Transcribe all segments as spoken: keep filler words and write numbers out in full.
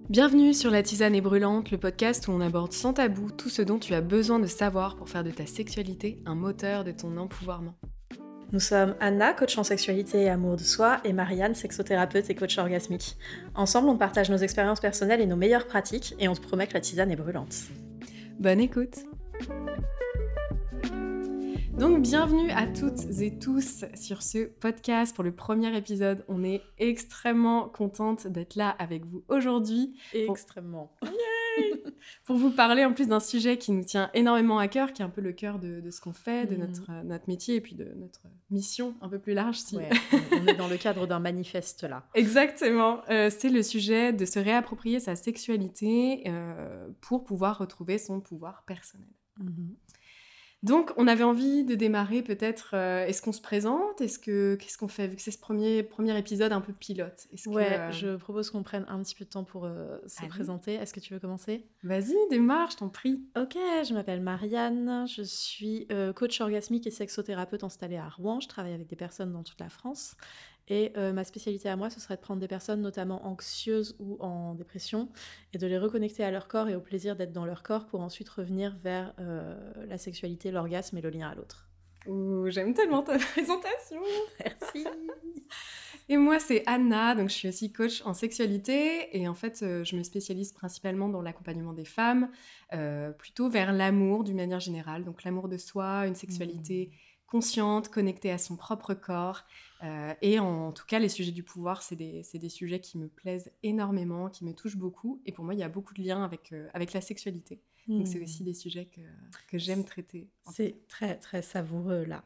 Bienvenue sur La Tisane est brûlante, le podcast où on aborde sans tabou tout ce dont tu as besoin de savoir pour faire de ta sexualité un moteur de ton empouvoirment. Nous sommes Anna, coach en sexualité et amour de soi, et Marianne, sexothérapeute et coach orgasmique. Ensemble, on partage nos expériences personnelles et nos meilleures pratiques, et on te promet que la tisane est brûlante. Bonne écoute. Donc bienvenue à toutes et tous sur ce podcast pour le premier épisode. On est extrêmement contente d'être là avec vous aujourd'hui. Extrêmement. Pour... pour vous parler en plus d'un sujet qui nous tient énormément à cœur, qui est un peu le cœur de, de ce qu'on fait, de mmh. notre, notre métier et puis de notre mission un peu plus large. Si... Ouais, on est dans le cadre d'un manifeste là. Exactement. Euh, c'est le sujet de se réapproprier sa sexualité euh, pour pouvoir retrouver son pouvoir personnel. Mmh. Donc, on avait envie de démarrer peut-être, euh, est-ce qu'on se présente ? Est-ce que, qu'est-ce qu'on fait, vu que c'est ce premier, premier épisode un peu pilote ? Est-ce Ouais, que, euh... je propose qu'on prenne un petit peu de temps pour euh, se Allez. présenter. Est-ce que tu veux commencer ? Vas-y, démarre, je t'en prie. Ok, je m'appelle Marianne, je suis euh, coach orgasmique et sexothérapeute installée à Rouen. Je travaille avec des personnes dans toute la France. Et euh, ma spécialité à moi, ce serait de prendre des personnes notamment anxieuses ou en dépression et de les reconnecter à leur corps et au plaisir d'être dans leur corps pour ensuite revenir vers euh, la sexualité, l'orgasme et le lien à l'autre. Ouh, j'aime tellement ta présentation. Merci. Et moi, c'est Anna, donc je suis aussi coach en sexualité et en fait, euh, je me spécialise principalement dans l'accompagnement des femmes, euh, plutôt vers l'amour d'une manière générale, donc l'amour de soi, une sexualité mmh. consciente, connectée à son propre corps. Euh, et en, en tout cas, les sujets du pouvoir, c'est des, c'est des sujets qui me plaisent énormément, qui me touchent beaucoup. Et pour moi, il y a beaucoup de liens avec, euh, avec la sexualité. Mmh. Donc, c'est aussi des sujets que, que j'aime traiter. C'est très, très savoureux, là.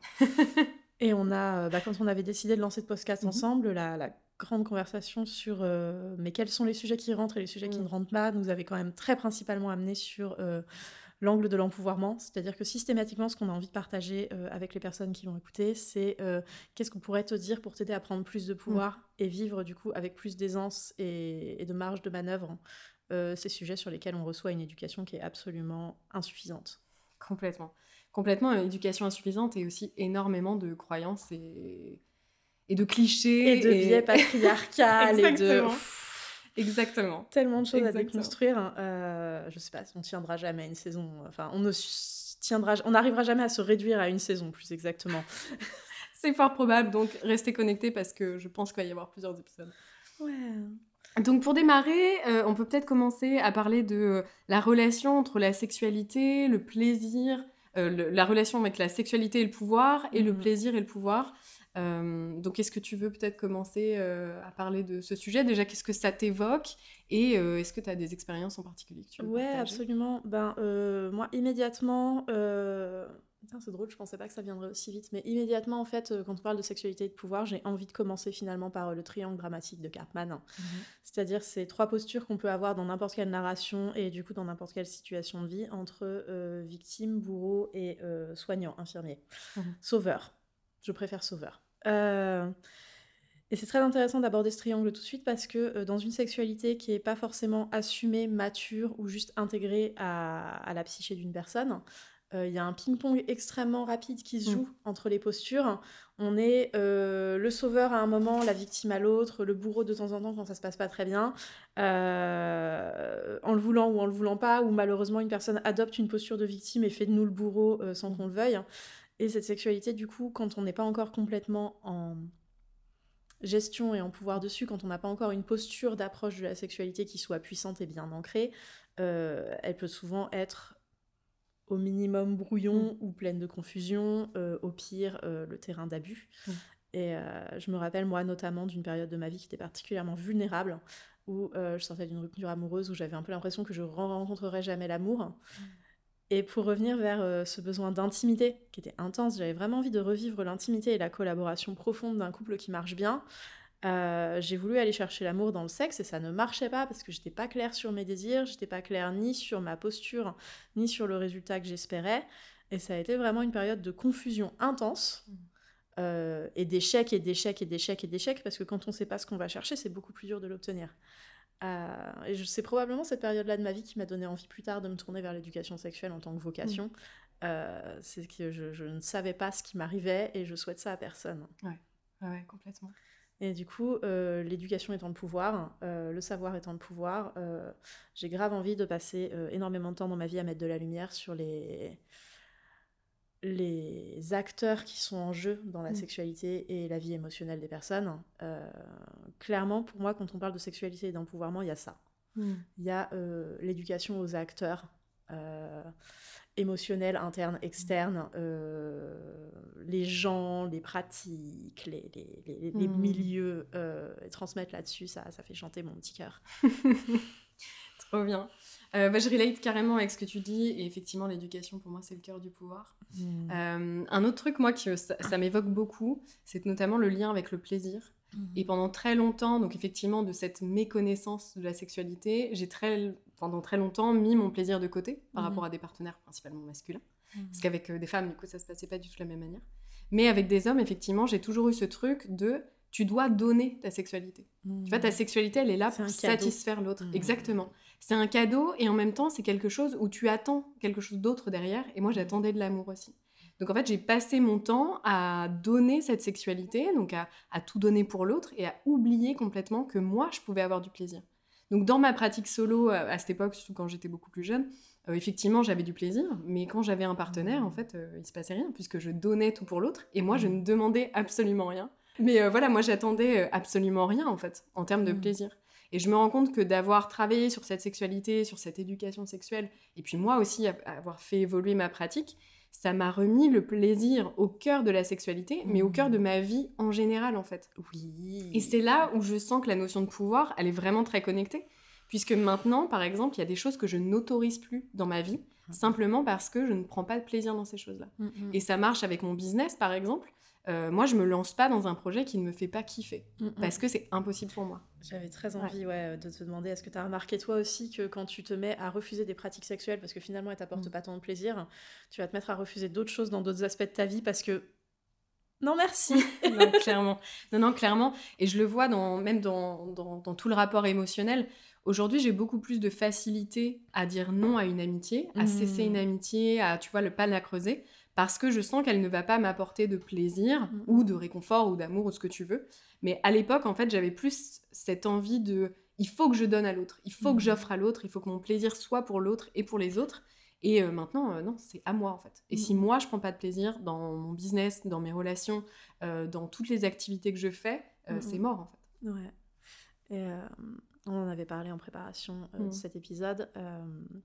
Et on a, bah, quand on avait décidé de lancer ce podcast mmh. ensemble, la, la grande conversation sur euh, mais quels sont les sujets qui rentrent et les sujets mmh. qui ne rentrent pas, nous avait quand même très principalement amené sur... Euh, l'angle de l'empouvoirment, c'est-à-dire que systématiquement, ce qu'on a envie de partager euh, avec les personnes qui vont écouter, c'est euh, qu'est-ce qu'on pourrait te dire pour t'aider à prendre plus de pouvoir mmh. et vivre du coup avec plus d'aisance et, et de marge de manœuvre euh, ces sujets sur lesquels on reçoit une éducation qui est absolument insuffisante. Complètement. Complètement, une éducation insuffisante et aussi énormément de croyances et, et de clichés. Et de et... biais patriarcal et de... Exactement. Tellement de choses Exactement. à déconstruire. Euh, je sais pas, on tiendra jamais à une saison. Enfin, on ne tiendra, on n'arrivera jamais à se réduire à une saison, plus exactement. C'est fort probable, donc restez connectés parce que je pense qu'il va y avoir plusieurs épisodes. Ouais. Donc pour démarrer, euh, on peut peut-être commencer à parler de euh, la relation entre la sexualité, le plaisir, euh, le, la relation avec la sexualité et le pouvoir, et mmh. le plaisir et le pouvoir. Euh, donc, est-ce que tu veux peut-être commencer euh, à parler de ce sujet ? Déjà, qu'est-ce que ça t'évoque ? Et euh, est-ce que tu as des expériences en particulier que tu veux Ouais, partager ? absolument. Ben, euh, moi, immédiatement... Euh... Putain, c'est drôle, je pensais pas que ça viendrait aussi vite. Mais immédiatement, en fait, euh, quand on parle de sexualité et de pouvoir, j'ai envie de commencer finalement par euh, le triangle dramatique de Karpman. Mm-hmm. C'est-à-dire ces trois postures qu'on peut avoir dans n'importe quelle narration et du coup dans n'importe quelle situation de vie entre euh, victime, bourreau et euh, soignant, infirmier. Mm-hmm. Sauveur. Je préfère sauveur. Euh, et c'est très intéressant d'aborder ce triangle tout de suite parce que euh, dans une sexualité qui n'est pas forcément assumée, mature ou juste intégrée à, à la psyché d'une personne, il euh, y a un ping-pong extrêmement rapide qui se joue mmh. entre les postures. On est euh, le sauveur à un moment, la victime à l'autre, le bourreau de temps en temps quand ça se passe pas très bien, euh, en le voulant ou en le voulant pas, ou malheureusement une personne adopte une posture de victime et fait de nous le bourreau euh, sans mmh. qu'on le veuille. Et cette sexualité, du coup, quand on n'est pas encore complètement en gestion et en pouvoir dessus, quand on n'a pas encore une posture d'approche de la sexualité qui soit puissante et bien ancrée, euh, elle peut souvent être au minimum brouillon mmh. ou pleine de confusion, euh, au pire euh, le terrain d'abus. Mmh. Et euh, je me rappelle moi notamment d'une période de ma vie qui était particulièrement vulnérable, où euh, je sortais d'une rupture amoureuse où j'avais un peu l'impression que je ne rencontrerais jamais l'amour. Mmh. Et pour revenir vers euh, ce besoin d'intimité qui était intense, j'avais vraiment envie de revivre l'intimité et la collaboration profonde d'un couple qui marche bien. Euh, j'ai voulu aller chercher l'amour dans le sexe et ça ne marchait pas parce que j'étais pas claire sur mes désirs, j'étais pas claire ni sur ma posture, ni sur le résultat que j'espérais. Et ça a été vraiment une période de confusion intense mmh. euh, et d'échecs et d'échecs et d'échecs et d'échecs parce que quand on sait pas ce qu'on va chercher, c'est beaucoup plus dur de l'obtenir. Euh, et je, c'est probablement cette période-là de ma vie qui m'a donné envie plus tard de me tourner vers l'éducation sexuelle en tant que vocation. Mmh. Euh, c'est que je, je ne savais pas ce qui m'arrivait et je souhaite ça à personne. Ouais, ouais, complètement. Et du coup, euh, l'éducation étant le pouvoir, euh, le savoir étant le pouvoir, euh, j'ai grave envie de passer euh, énormément de temps dans ma vie à mettre de la lumière sur les, les acteurs qui sont en jeu dans la Mm. sexualité et la vie émotionnelle des personnes. Euh, clairement, pour moi, quand on parle de sexualité et d'empouvoirment, il y a ça. Mm. Il y a euh, l'éducation aux acteurs euh, émotionnels, internes, externes, euh, les gens, les pratiques, les, les, les, les Mm. milieux, euh, et transmettre là-dessus, ça, ça fait chanter mon petit cœur. Trop bien. Euh, bah, je relate carrément avec ce que tu dis, et effectivement, l'éducation, pour moi, c'est le cœur du pouvoir. Mmh. Euh, un autre truc, moi, que ça, ça m'évoque beaucoup, c'est notamment le lien avec le plaisir. Mmh. Et pendant très longtemps, donc effectivement, de cette méconnaissance de la sexualité, j'ai très, pendant très longtemps mis mon plaisir de côté par Mmh. rapport à des partenaires principalement masculins. Mmh. Parce qu'avec euh, des femmes, du coup, ça se passait pas du tout de la même manière. Mais avec des hommes, effectivement, j'ai toujours eu ce truc de tu dois donner ta sexualité. Mmh. Tu vois, ta sexualité, elle est là C'est pour un cadeau. satisfaire l'autre. Mmh. Exactement. C'est un cadeau et en même temps, c'est quelque chose où tu attends quelque chose d'autre derrière. Et moi, j'attendais de l'amour aussi. Donc en fait, j'ai passé mon temps à donner cette sexualité, donc à, à tout donner pour l'autre et à oublier complètement que moi, je pouvais avoir du plaisir. Donc dans ma pratique solo, à, à cette époque, surtout quand j'étais beaucoup plus jeune, euh, effectivement, j'avais du plaisir, mais quand j'avais un partenaire, en fait, euh, il se passait rien, puisque je donnais tout pour l'autre, et moi, je ne demandais absolument rien. Mais euh, voilà, moi, j'attendais euh, absolument rien, en fait, en termes de Mm. plaisir. Et je me rends compte que d'avoir travaillé sur cette sexualité, sur cette éducation sexuelle, et puis moi aussi, à- avoir fait évoluer ma pratique, ça m'a remis le plaisir au cœur de la sexualité, mais au cœur de ma vie en général, en fait. Oui. Et c'est là où je sens que la notion de pouvoir, elle est vraiment très connectée. Puisque maintenant, par exemple, il y a des choses que je n'autorise plus dans ma vie, simplement parce que je ne prends pas de plaisir dans ces choses-là. Mm, mm. Et ça marche avec mon business, par exemple. Euh, moi, je me lance pas dans un projet qui ne me fait pas kiffer, Mm, mm. parce que c'est impossible pour moi. J'avais très envie ouais, de te demander, est-ce que tu as remarqué toi aussi que quand tu te mets à refuser des pratiques sexuelles parce que finalement elles t'apportent Mm. pas tant de plaisir, tu vas te mettre à refuser d'autres choses dans d'autres aspects de ta vie parce que non merci. Non, clairement. Non, non, clairement. Et je le vois dans, même dans, dans, dans tout le rapport émotionnel. Aujourd'hui, j'ai beaucoup plus de facilité à dire non à une amitié, à Mmh. cesser une amitié, à, tu vois, le pas la creuser, parce que je sens qu'elle ne va pas m'apporter de plaisir Mmh. ou de réconfort ou d'amour ou ce que tu veux. Mais à l'époque, en fait, j'avais plus cette envie de... Il faut que je donne à l'autre, il faut Mmh. que j'offre à l'autre, il faut que mon plaisir soit pour l'autre et pour les autres. Et euh, maintenant, euh, non, c'est à moi, en fait. Et Mmh. si moi, je prends pas de plaisir dans mon business, dans mes relations, euh, dans toutes les activités que je fais, euh, Mmh. c'est mort, en fait. Ouais. Et euh, on en avait parlé en préparation euh, Mm. de cet épisode. euh,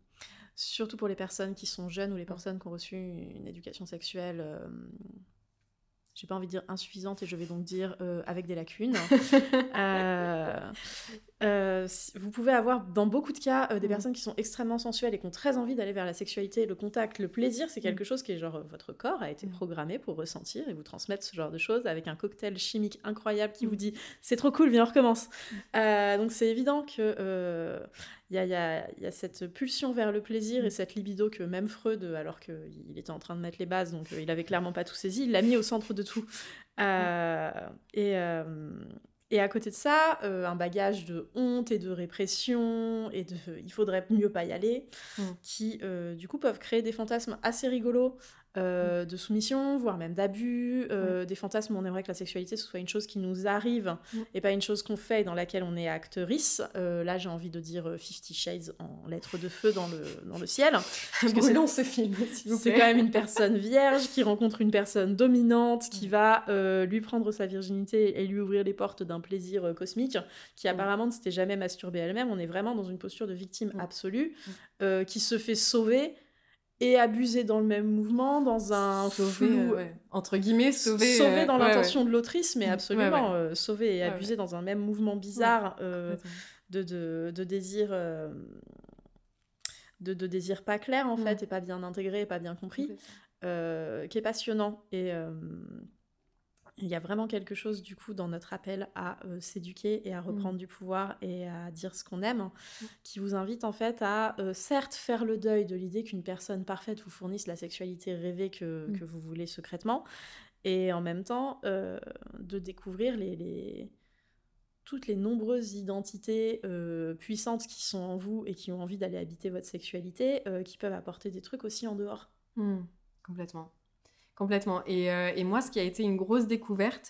surtout pour les personnes qui sont jeunes ou les personnes qui ont reçu une éducation sexuelle, euh, j'ai pas envie de dire insuffisante et je vais donc dire euh, avec des lacunes. Euh, euh, si- vous pouvez avoir dans beaucoup de cas euh, des Mm. personnes qui sont extrêmement sensuelles et qui ont très envie d'aller vers la sexualité, le contact, le plaisir, c'est quelque Mm. chose qui est genre euh, votre corps a été Mm. programmé pour ressentir et vous transmettre ce genre de choses avec un cocktail chimique incroyable qui Mm. vous dit c'est trop cool, viens on recommence. Euh, donc c'est évident que euh, il y a, y a- y a cette pulsion vers le plaisir Mm. et cette libido que même Freud, alors qu'il était en train de mettre les bases, donc euh, il avait clairement pas tout saisi, il l'a mis au centre de tout. Euh, et, euh, et à côté de ça, euh, un bagage de honte et de répression et de il faudrait mieux pas y aller, Mm. qui euh, du coup peuvent créer des fantasmes assez rigolos euh, de soumission, voire même d'abus, euh, des fantasmes où on aimerait que la sexualité ce soit une chose qui nous arrive Mm. et pas une chose qu'on fait et dans laquelle on est actrice. Euh, là j'ai envie de dire euh, Fifty Shades en lettres de feu dans le, dans le ciel. Parce que c'est- Brûlons ce film, s'il vous c'est plaît. quand même une personne vierge qui rencontre une personne dominante qui va euh, lui prendre sa virginité et lui ouvrir les portes d'un plaisir euh, cosmique qui Mm. apparemment ne s'était jamais masturbée elle-même. On est vraiment dans une posture de victime Mm. absolue Mm. euh, qui se fait sauver et abuser dans le même mouvement, dans un Sauver, flou... euh, ouais. Entre guillemets, sauver... Sauver euh, dans ouais, l'intention ouais. de l'autrice, mais Mm. absolument Ouais, ouais. euh, sauver et Ouais, abuser ouais. dans un même mouvement bizarre euh, Complètement. de, de, de désir... euh, de, de désir pas clair en Mm. fait et pas bien intégré et pas bien compris. Complètement. Euh, qui est passionnant et euh, il y a vraiment quelque chose du coup dans notre appel à euh, s'éduquer et à reprendre Mm. du pouvoir et à dire ce qu'on aime Mm. qui vous invite en fait à euh, certes faire le deuil de l'idée qu'une personne parfaite vous fournisse la sexualité rêvée que, Mm. que vous voulez secrètement et en même temps euh, de découvrir les, les... toutes les nombreuses identités euh, puissantes qui sont en vous et qui ont envie d'aller habiter votre sexualité euh, qui peuvent apporter des trucs aussi en dehors. Mm. Complètement. Complètement. Et, euh, et moi, ce qui a été une grosse découverte,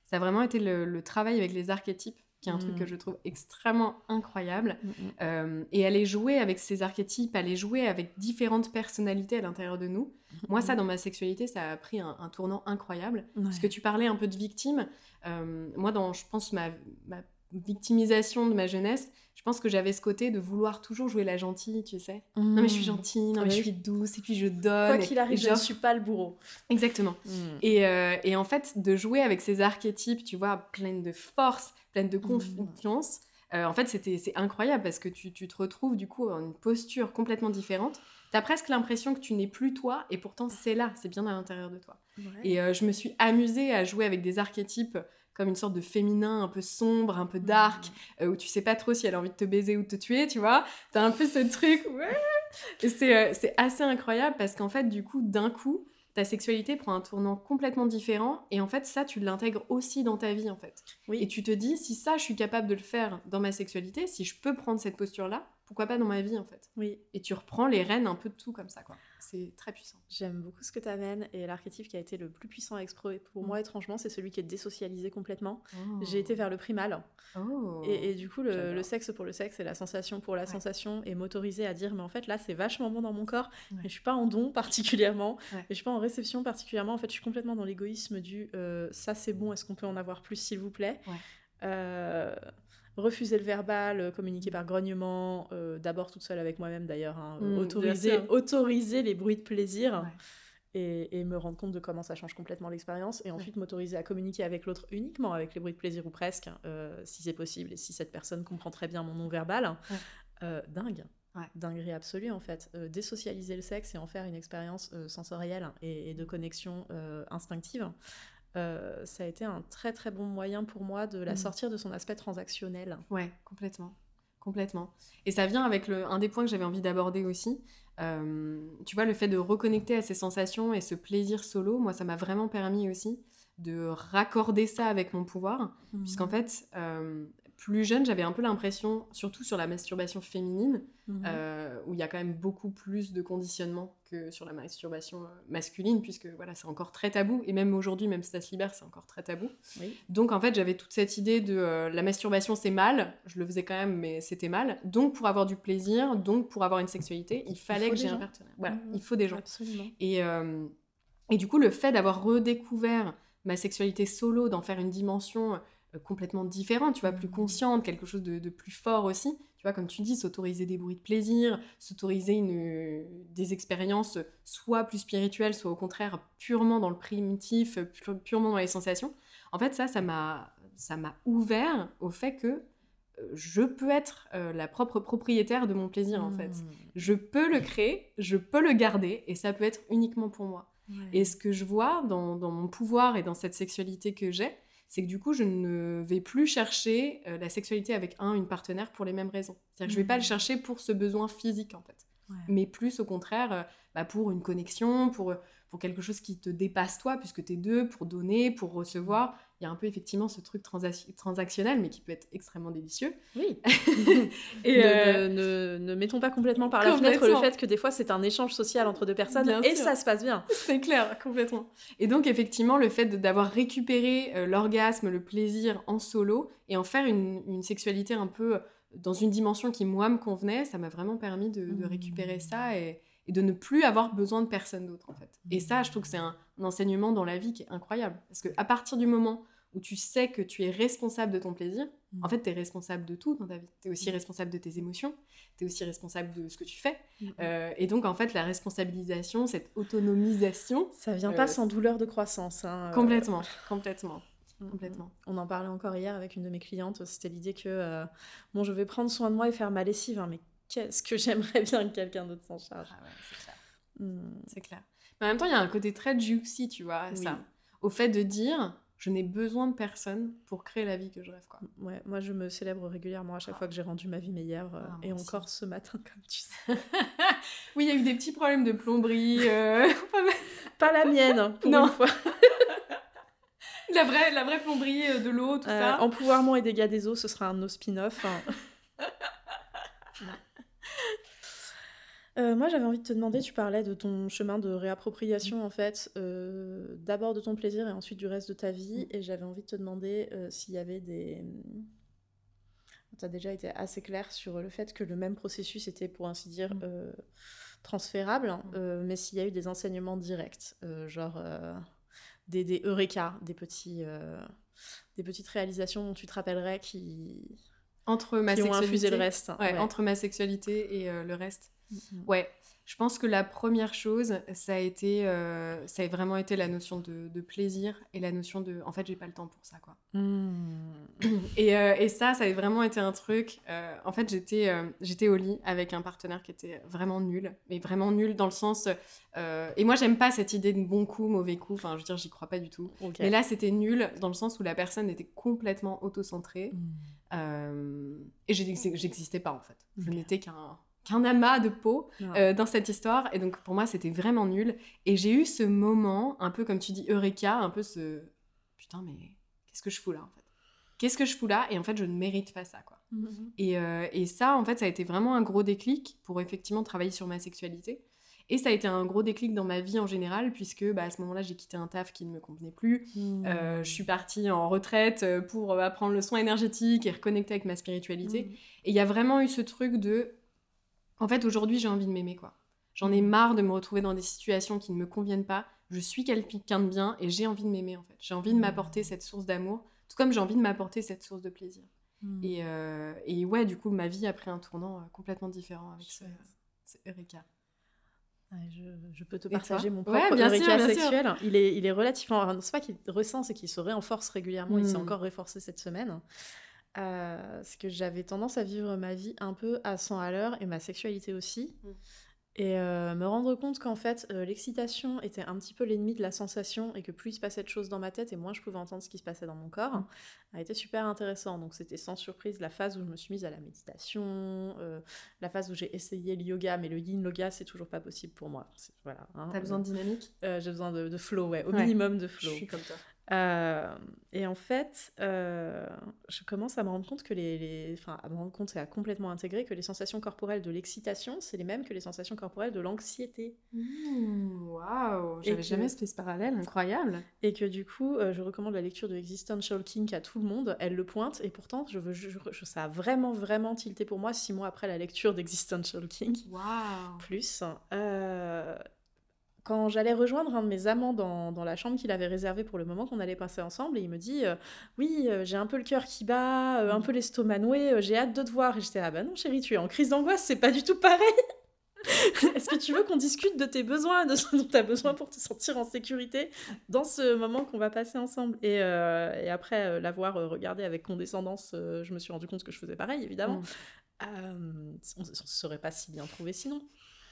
ça a vraiment été le, le travail avec les archétypes, qui est un mmh. truc que je trouve extrêmement incroyable. Mmh. Euh, et aller jouer avec ces archétypes, aller jouer avec différentes personnalités à l'intérieur de nous. Mmh. Moi, ça, dans ma sexualité, ça a pris un, un tournant incroyable. Ouais. Parce que tu parlais un peu de victime. Euh, moi, dans, je pense, ma, ma victimisation de ma jeunesse, je pense que j'avais ce côté de vouloir toujours jouer la gentille, tu sais. Mmh. Non, mais je suis gentille, non, ah, mais oui. je suis douce, et puis je donne. Quoi qu'il arrive, et je ne suis pas le bourreau. Exactement. Mmh. Et, euh, et en fait, de jouer avec ces archétypes, tu vois, pleines de force, pleines de confiance, mmh. euh, en fait, c'était, c'est incroyable parce que tu, tu te retrouves, du coup, en une posture complètement différente. T'as presque l'impression que tu n'es plus toi, et pourtant, c'est là, c'est bien à l'intérieur de toi. Ouais. Et euh, je me suis amusée à jouer avec des archétypes comme une sorte de féminin un peu sombre, un peu dark, mmh. euh, où tu sais pas trop si elle a envie de te baiser ou de te tuer, tu vois. T'as un peu ce truc, ouais. Et c'est, euh, c'est assez incroyable parce qu'en fait, du coup, d'un coup, ta sexualité prend un tournant complètement différent et en fait, ça, tu l'intègres aussi dans ta vie, en fait. Oui. Et tu te dis, si ça, je suis capable de le faire dans ma sexualité, si je peux prendre cette posture-là, pourquoi pas dans ma vie, en fait. Oui. Et tu reprends les rênes un peu de tout comme ça, quoi. C'est très puissant. J'aime beaucoup ce que tu amènes et l'archétype qui a été le plus puissant à explorer pour mmh. moi, étrangement, c'est celui qui est désocialisé complètement. Oh. J'ai été vers le primal. Oh. Et, et du coup, le, le sexe pour le sexe et la sensation pour la ouais. sensation est motorisé à dire, mais en fait, là, c'est vachement bon dans mon corps, ouais. mais je suis pas en don particulièrement, ouais. et je suis pas en réception particulièrement. En fait, je suis complètement dans l'égoïsme du euh, ça, c'est bon, est-ce qu'on peut en avoir plus, s'il vous plaît ouais. euh, Refuser le verbal, communiquer par grognement, euh, d'abord toute seule avec moi-même d'ailleurs, hein, mmh, autoriser, autoriser les bruits de plaisir ouais. et, et me rendre compte de comment ça change complètement l'expérience et ensuite ouais. m'autoriser à communiquer avec l'autre uniquement avec les bruits de plaisir ou presque, euh, si c'est possible et si cette personne comprend très bien mon non-verbal. Ouais. Euh, dingue, ouais. dinguerie absolue en fait. Euh, désocialiser le sexe et en faire une expérience euh, sensorielle et, et de connexion euh, instinctive. Euh, ça a été un très très bon moyen pour moi de la mmh. sortir de son aspect transactionnel. Ouais, complètement, complètement. Et ça vient avec le, un des points que j'avais envie d'aborder aussi. Euh, tu vois, le fait de reconnecter à ces sensations et ce plaisir solo, moi, ça m'a vraiment permis aussi de raccorder ça avec mon pouvoir, mmh. puisqu'en fait, euh, plus jeune, j'avais un peu l'impression, surtout sur la masturbation féminine, mmh. euh, où il y a quand même beaucoup plus de conditionnement que sur la masturbation masculine, puisque voilà, c'est encore très tabou, et même aujourd'hui, même si ça se libère, c'est encore très tabou. Oui. Donc en fait, j'avais toute cette idée de euh, la masturbation, c'est mal, je le faisais quand même, mais c'était mal, donc pour avoir du plaisir, donc pour avoir une sexualité, il fallait il que j'ai gens. un partenaire. Voilà, mmh. il faut des gens. Absolument. Et, euh, et du coup, le fait d'avoir redécouvert ma sexualité solo, d'en faire une dimension complètement différente, tu vois, plus consciente, quelque chose de, de plus fort aussi, tu vois, comme tu dis, s'autoriser des bruits de plaisir, s'autoriser une, des expériences soit plus spirituelles, soit au contraire purement dans le primitif, pu- purement dans les sensations. En fait, ça, ça m'a, ça m'a ouvert au fait que je peux être euh, la propre propriétaire de mon plaisir, en fait. Je peux le créer, je peux le garder, et ça peut être uniquement pour moi. Ouais. Et ce que je vois dans, dans mon pouvoir et dans cette sexualité que j'ai, c'est que du coup, je ne vais plus chercher euh, la sexualité avec un, une partenaire pour les mêmes raisons. C'est-à-dire que je ne vais pas le chercher pour ce besoin physique, en fait. Ouais. Mais plus, au contraire, euh, bah, pour une connexion, pour, pour quelque chose qui te dépasse toi, puisque tu es deux, pour donner, pour recevoir. Il y a un peu, effectivement, ce truc transa- transactionnel, mais qui peut être extrêmement délicieux. Oui. Et ne, euh... ne, ne, ne mettons pas complètement par la fenêtre le fait que des fois, c'est un échange social entre deux personnes, bien et sûr. Ça se passe bien. C'est clair, complètement. Et donc, effectivement, le fait de, d'avoir récupéré euh, l'orgasme, le plaisir en solo, et en faire une, une sexualité un peu dans une dimension qui, moi, me convenait, ça m'a vraiment permis de, de récupérer ça et, et de ne plus avoir besoin de personne d'autre, en fait. Et ça, je trouve que c'est un, un enseignement dans la vie qui est incroyable. Parce qu'à partir du moment où tu sais que tu es responsable de ton plaisir, mmh. en fait, tu es responsable de tout dans ta vie. Tu es aussi responsable de tes émotions, tu es aussi responsable de ce que tu fais. Mmh. Euh, et donc, en fait, la responsabilisation, cette autonomisation... Ça vient pas euh, sans douleur de croissance. Hein, complètement, euh... complètement. Complètement. On en parlait encore hier avec une de mes clientes, c'était l'idée que euh, bon, je vais prendre soin de moi et faire ma lessive, hein, mais qu'est-ce que j'aimerais bien que quelqu'un d'autre s'en charge. Ah ouais, c'est clair. Mm. C'est clair. Mais en même temps, il y a un côté très juicy, tu vois, oui. ça. Au fait de dire, je n'ai besoin de personne pour créer la vie que je rêve, quoi. Ouais, moi, je me célèbre régulièrement à chaque ah. fois que j'ai rendu ma vie meilleure, euh, ah, et encore aussi. Ce matin, comme tu sais. Oui, il y a eu des petits problèmes de plomberie. Euh... Pas la mienne, pour non. une fois. La vraie, la vraie plomberie de l'eau, tout euh, ça. Empouvoirment et dégâts des eaux, ce sera un de nos spin-offs. Hein. Euh, moi, j'avais envie de te demander, tu parlais de ton chemin de réappropriation, en fait, euh, d'abord de ton plaisir et ensuite du reste de ta vie. Mm. Et j'avais envie de te demander euh, s'il y avait des... Tu as déjà été assez clair sur le fait que le même processus était, pour ainsi dire, Mm. euh, transférable, Mm. euh, mais s'il y a eu des enseignements directs, euh, genre euh, des, des eureka, des, petits, euh, des petites réalisations dont tu te rappellerais qui, Entre ma qui ont infusé le sexualité, reste. ouais, Ouais. entre ma sexualité et euh, le reste. Mm-hmm. Ouais, je pense que la première chose, ça a été, euh, ça a vraiment été la notion de, de plaisir et la notion de, en fait, j'ai pas le temps pour ça, quoi. Mm. Et, euh, et ça, ça a vraiment été un truc. euh, en fait, j'étais, euh, j'étais au lit avec un partenaire qui était vraiment nul, mais vraiment nul dans le sens. euh, et moi, j'aime pas cette idée de bon coup, mauvais coup. Enfin, je veux dire, j'y crois pas du tout. Ok. Mais là, c'était nul dans le sens où la personne était complètement auto-centrée. Mm. Euh, et j'ex- j'existais pas, en fait. Je Ok. n'étais qu'un qu'un amas de peau Non. euh, dans cette histoire. Et donc, pour moi, c'était vraiment nul. Et j'ai eu ce moment, un peu comme tu dis, Eureka, un peu ce... Putain, mais qu'est-ce que je fous là, en fait? Qu'est-ce que je fous là? Et en fait, je ne mérite pas ça, quoi. Mm-hmm. Et, euh, et ça, en fait, ça a été vraiment un gros déclic pour effectivement travailler sur ma sexualité. Et ça a été un gros déclic dans ma vie en général, puisque bah, à ce moment-là, j'ai quitté un taf qui ne me convenait plus. Mm. Euh, je suis partie en retraite pour euh, apprendre le soin énergétique et reconnecter avec ma spiritualité. Mm. Et il y a vraiment eu ce truc de... En fait, aujourd'hui, j'ai envie de m'aimer, quoi. J'en ai marre de me retrouver dans des situations qui ne me conviennent pas. Je suis quelqu'un de bien et j'ai envie de m'aimer, en fait. J'ai envie de Mm. m'apporter cette source d'amour, tout comme j'ai envie de m'apporter cette source de plaisir. Mm. Et, euh, et ouais, du coup, ma vie a pris un tournant euh, complètement différent avec ce, ce Eureka. Ouais, je, je peux te Et partager toi? mon propre Ouais, bien Eureka sûr, bien sûr. sexuel. Il est, il est relativement... enfin, c'est pas qu'il ressent, c'est qu'il se réenforce régulièrement. Il s'est Mm. encore renforcé cette semaine. Euh, c'est que j'avais tendance à vivre ma vie un peu à cent à l'heure et ma sexualité aussi. Mm. Et euh, me rendre compte qu'en fait, euh, l'excitation était un petit peu l'ennemi de la sensation et que plus il se passait de choses dans ma tête et moins je pouvais entendre ce qui se passait dans mon corps, Mm. a été super intéressant. Donc c'était sans surprise la phase où je me suis mise à la méditation, euh, la phase où j'ai essayé le yoga, mais le yin yoga, c'est toujours pas possible pour moi. C'est, voilà, hein, T'as besoin euh, de dynamique? euh, j'ai besoin de, de flow, ouais, au Ouais. minimum de Je flow. suis comme toi. Euh, et en fait, euh, je commence à me rendre compte que les, les... Enfin, à me rendre compte et à complètement intégrer que les sensations corporelles de l'excitation, c'est les mêmes que les sensations corporelles de l'anxiété. Mmh, Waouh, Et j'avais que- jamais fait ce parallèle, incroyable. Et que du coup, euh, je recommande la lecture de Existential Kink à tout le monde. Elle le pointe, et pourtant, je veux, je, je- ça a vraiment, vraiment tilté pour moi six mois après la lecture d'Existential Kink. Waouh. Plus. Euh, Quand j'allais rejoindre un de mes amants dans, dans la chambre qu'il avait réservée pour le moment qu'on allait passer ensemble, et il me dit euh, oui, euh, j'ai un peu le cœur qui bat, euh, un peu l'estomac noué, euh, j'ai hâte de te voir. Et j'étais ah bah non chérie, tu es en crise d'angoisse, c'est pas du tout pareil. Est-ce que tu veux qu'on discute de tes besoins, de ce dont tu as besoin pour te sentir en sécurité dans ce moment qu'on va passer ensemble? Et, euh, et après euh, l'avoir euh, regardé avec condescendance, euh, je me suis rendu compte que je faisais pareil, évidemment. Mm. Euh, on ne se serait pas si bien trouvé sinon.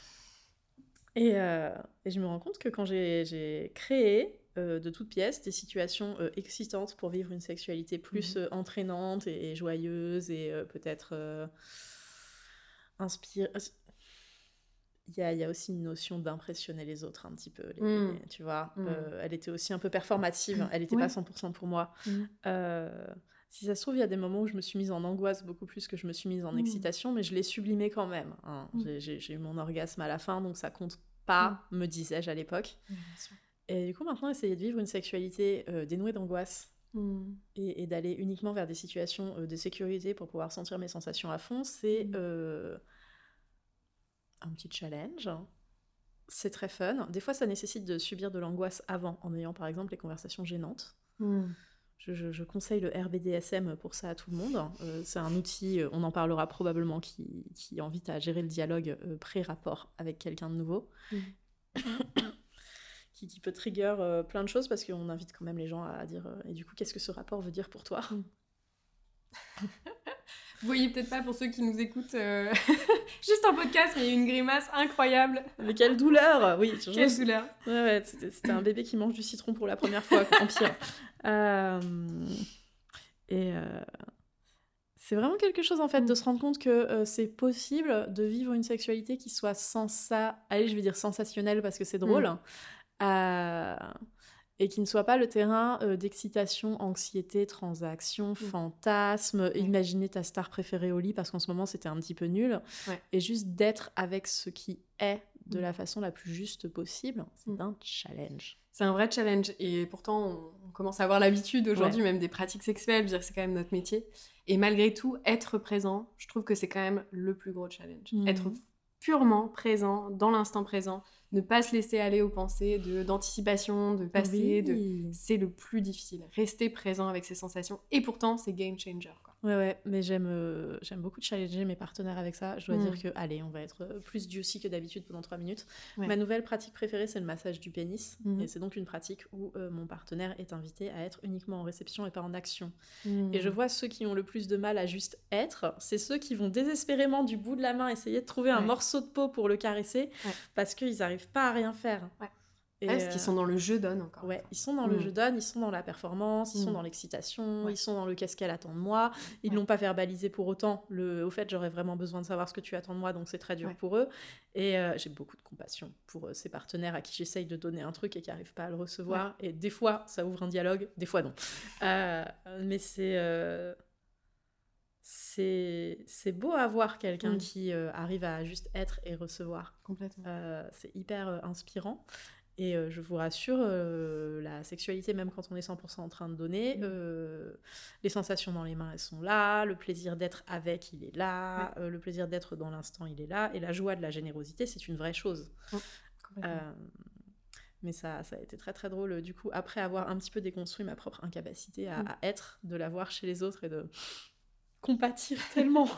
Et, euh, et je me rends compte que quand j'ai, j'ai créé euh, de toutes pièces des situations euh, excitantes pour vivre une sexualité plus Mhm. euh, entraînante et, et joyeuse et euh, peut-être euh, inspire... Il y a, il y a aussi une notion d'impressionner les autres un petit peu, les- Mm. les- tu vois. Mm. Euh, elle était aussi un peu performative, elle n'était Ouais. pas cent pour cent pour moi. Mm. Euh, si ça se trouve, il y a des moments où je me suis mise en angoisse beaucoup plus que je me suis mise en Mm. excitation, mais je l'ai sublimé quand même. Hein. Mm. J'ai, j'ai- j'ai eu mon orgasme à la fin, donc ça compte pas, me disais-je à l'époque. Mm, bien sûr. Et du coup, maintenant, essayer de vivre une sexualité euh, dénouée d'angoisse Mm. et, et d'aller uniquement vers des situations euh, de sécurité pour pouvoir sentir mes sensations à fond, c'est Mm. euh, un petit challenge. C'est très fun. Des fois, ça nécessite de subir de l'angoisse avant, en ayant par exemple les conversations gênantes. Mm. Je, je- je conseille le R B D S M pour ça à tout le monde. Euh, c'est un outil, euh, on en parlera probablement, qui, qui invite à gérer le dialogue euh, pré-rapport avec quelqu'un de nouveau. Mm. qui, qui peut trigger euh, plein de choses parce qu'on invite quand même les gens à dire euh, et du coup, qu'est-ce que ce rapport veut dire pour toi? Vous voyez peut-être pas pour ceux qui nous écoutent euh, juste en podcast, mais il y a une grimace incroyable. Mais quelle douleur! Oui, je- Quelle je- douleur. Ouais, ouais, c'était, c'était un bébé qui mange du citron pour la première fois, quoi, en pire. Euh, et euh, c'est vraiment quelque chose, en fait, de se rendre compte que euh, c'est possible de vivre une sexualité qui soit sensa... Allez, je vais dire sensationnelle parce que c'est drôle. Mm. Euh, et qui ne soit pas le terrain euh, d'excitation, anxiété, transaction, Mmh. fantasme, Ouais. imaginer ta star préférée au lit parce qu'en ce moment c'était un petit peu nul, Ouais. et juste d'être avec ce qui est de Mmh. la façon la plus juste possible, c'est Mmh. un challenge. C'est un vrai challenge. Et pourtant, on, on commence à avoir l'habitude aujourd'hui, Ouais. même des pratiques sexuelles. Je veux dire, c'est quand même notre métier. Et malgré tout, être présent, je trouve que c'est quand même le plus gros challenge. Mmh. Être purement présent, dans l'instant présent, ne pas se laisser aller aux pensées de, d'anticipation, de passé, de... Oui. c'est le plus difficile. Rester présent avec ses sensations. Et pourtant, c'est game changer, quoi. Ouais, ouais, mais j'aime, euh, j'aime beaucoup challenger mes partenaires avec ça. Je dois Mm. dire que, allez, on va être euh, plus juicy que d'habitude pendant trois minutes. Ouais. Ma nouvelle pratique préférée, c'est le massage du pénis. Mhm. Et c'est donc une pratique où euh, mon partenaire est invité à être uniquement en réception et pas en action. Mm. Et je vois ceux qui ont le plus de mal à juste être, c'est ceux qui vont désespérément du bout de la main essayer de trouver un Ouais. morceau de peau pour le caresser, Ouais. parce qu'ils n'arrivent pas à rien faire. Ouais. Et Ouais, parce qu'ils sont dans le jeu donne encore. Ouais, ils sont dans Mm. le jeu donne, ils sont dans la performance, ils Mm. sont dans l'excitation, Ouais. ils sont dans le qu'est-ce qu'elle attend de moi. Ils Ouais. l'ont pas verbalisé pour autant. Le, au fait, j'aurais vraiment besoin de savoir ce que tu attends de moi, donc c'est très dur Ouais. pour eux. Et euh, j'ai beaucoup de compassion pour euh, ces partenaires à qui j'essaye de donner un truc et qui n'arrivent pas à le recevoir. Ouais. Et des fois, ça ouvre un dialogue, des fois non. Euh, mais c'est... Euh... C'est, c'est beau à voir quelqu'un mm. qui euh, arrive à juste être et recevoir. Complètement. Euh, c'est hyper euh, inspirant. Et euh, je vous rassure, euh, la sexualité, même quand on est cent pour cent en train de donner, euh, les sensations dans les mains, elles sont là, le plaisir d'être avec, il est là, ouais. euh, le plaisir d'être dans l'instant, il est là, et la joie de la générosité, c'est une vraie chose. Oh, euh, mais ça, ça a été très très drôle, du coup, après avoir un petit peu déconstruit ma propre incapacité à, mm. à être, de la voir chez les autres et de compatir tellement.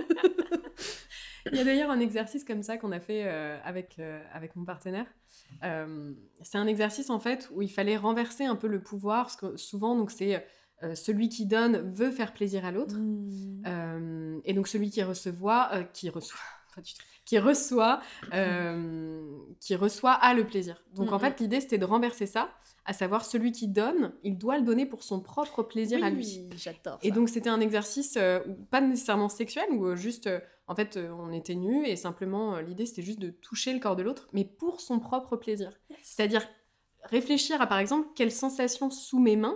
Il y a d'ailleurs un exercice comme ça qu'on a fait euh, avec, euh, avec mon partenaire. Euh, c'est un exercice en fait où il fallait renverser un peu le pouvoir, parce que souvent donc, c'est euh, celui qui donne veut faire plaisir à l'autre, mmh. euh, et donc celui qui, recevoir, euh, qui reçoit, qui reçoit, euh, qui reçoit a le plaisir. Donc mmh. en fait l'idée c'était de renverser ça, à savoir celui qui donne, il doit le donner pour son propre plaisir oui, à lui. J'adore ça. Et donc c'était un exercice euh, pas nécessairement sexuel, où euh, juste, euh, en fait, euh, on était nus et simplement euh, l'idée c'était juste de toucher le corps de l'autre, mais pour son propre plaisir. Yes. C'est-à-dire réfléchir à par exemple quelle sensation sous mes mains,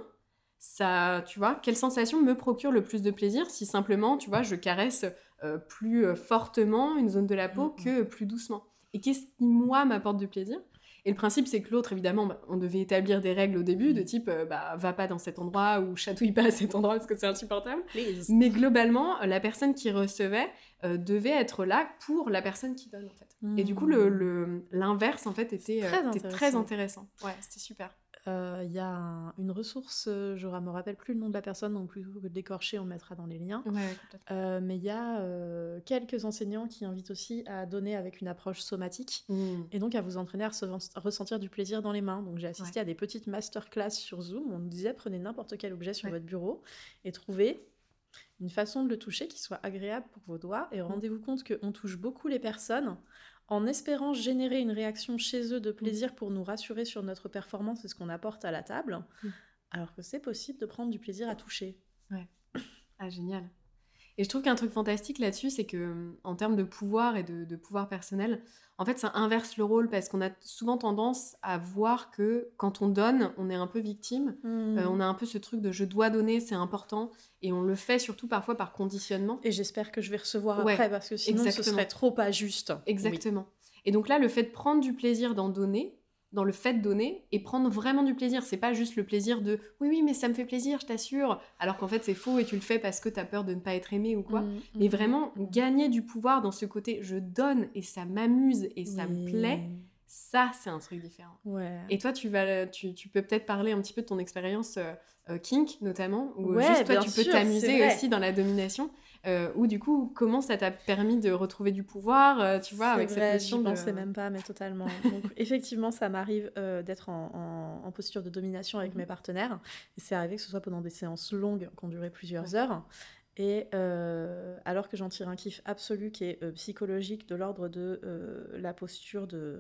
ça, tu vois, quelle sensation me procure le plus de plaisir si simplement, tu vois, je caresse euh, plus euh, fortement une zone de la peau mmh. que plus doucement. Et qu'est-ce qui moi m'apporte du plaisir ? Et le principe, c'est que l'autre, évidemment, bah, on devait établir des règles au début, de type, euh, bah, va pas dans cet endroit ou chatouille pas à cet endroit parce que c'est insupportable. Please. Mais globalement, la personne qui recevait euh, devait être là pour la personne qui donne, en fait. Mmh. Et du coup, le, le, l'inverse, en fait, était très, euh, était très intéressant. Ouais, c'était super. Il euh, y a un, une ressource, euh, je ne me rappelle plus le nom de la personne, donc plutôt que de l'écorcher, on mettra dans les liens. Ouais, complètement. Euh, mais il y a euh, quelques enseignants qui invitent aussi à donner avec une approche somatique, mmh. et donc à vous entraîner à rece- ressentir du plaisir dans les mains. Donc j'ai assisté ouais. à des petites masterclass sur Zoom, où on nous disait prenez n'importe quel objet sur ouais. votre bureau et trouvez une façon de le toucher qui soit agréable pour vos doigts, et rendez-vous compte qu'on touche beaucoup les personnes en espérant générer une réaction chez eux de plaisir mmh. pour nous rassurer sur notre performance et ce qu'on apporte à la table, mmh. alors que c'est possible de prendre du plaisir à toucher. Ouais. Ah, génial. Et je trouve qu'un truc fantastique là-dessus, c'est que en termes de pouvoir et de, de pouvoir personnel, en fait, ça inverse le rôle, parce qu'on a souvent tendance à voir que quand on donne, on est un peu victime. Mmh. Euh, on a un peu ce truc de « je dois donner, c'est important », et on le fait surtout parfois par conditionnement. Et j'espère que je vais recevoir ouais, après, parce que sinon exactement. Ce serait trop pas juste. Exactement. Oui. Et donc là, le fait de prendre du plaisir d'en donner, dans le fait de donner, et prendre vraiment du plaisir. C'est pas juste le plaisir de « oui, oui, mais ça me fait plaisir, je t'assure », alors qu'en fait, c'est faux et tu le fais parce que t'as peur de ne pas être aimé ou quoi. Mmh, mais mmh, vraiment, mmh. gagner du pouvoir dans ce côté « je donne et ça m'amuse et ça oui. me plaît », ça, c'est un truc différent. Ouais. Et toi, tu, vas, tu, tu peux peut-être parler un petit peu de ton expérience euh, euh, kink, notamment, où ouais, juste toi, tu sûr, peux t'amuser aussi dans la domination. Euh, ou du coup, comment ça t'a permis de retrouver du pouvoir, euh, tu vois, c'est avec vrai, cette notion j'y de... pensais même pas, mais totalement. Donc, effectivement, ça m'arrive euh, d'être en, en, en posture de domination avec mmh. mes partenaires. Et c'est arrivé que ce soit pendant des séances longues, qui ont duré plusieurs ouais. heures. Et euh, alors que j'en tire un kiff absolu, qui est euh, psychologique, de l'ordre de euh, la posture de...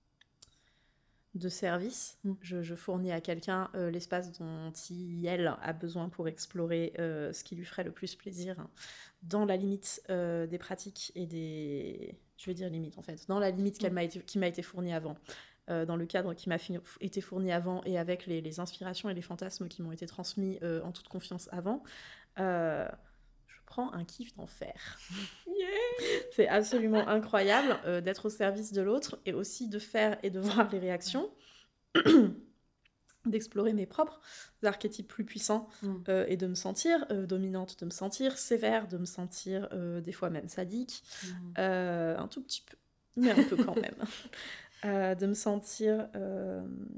de service, mmh. je, je fournis à quelqu'un euh, l'espace dont il, elle, a besoin pour explorer euh, ce qui lui ferait le plus plaisir, hein, dans la limite euh, des pratiques et des... Je vais dire limite, en fait, dans la limite mmh. qu'elle m'a été, qui m'a été fournie avant. euh, dans le cadre qui m'a fi- été fourni avant et avec les, les inspirations et les fantasmes qui m'ont été transmis euh, en toute confiance avant, euh, je prends un kiff d'enfer. Yeah. C'est absolument incroyable euh, d'être au service de l'autre et aussi de faire et de voir les réactions, d'explorer mes propres archétypes plus puissants Mm. euh, et de me sentir euh, dominante, de me sentir sévère, de me sentir euh, des fois même sadique, Mm. euh, un tout petit peu, mais un peu quand même, euh, de me sentir euh,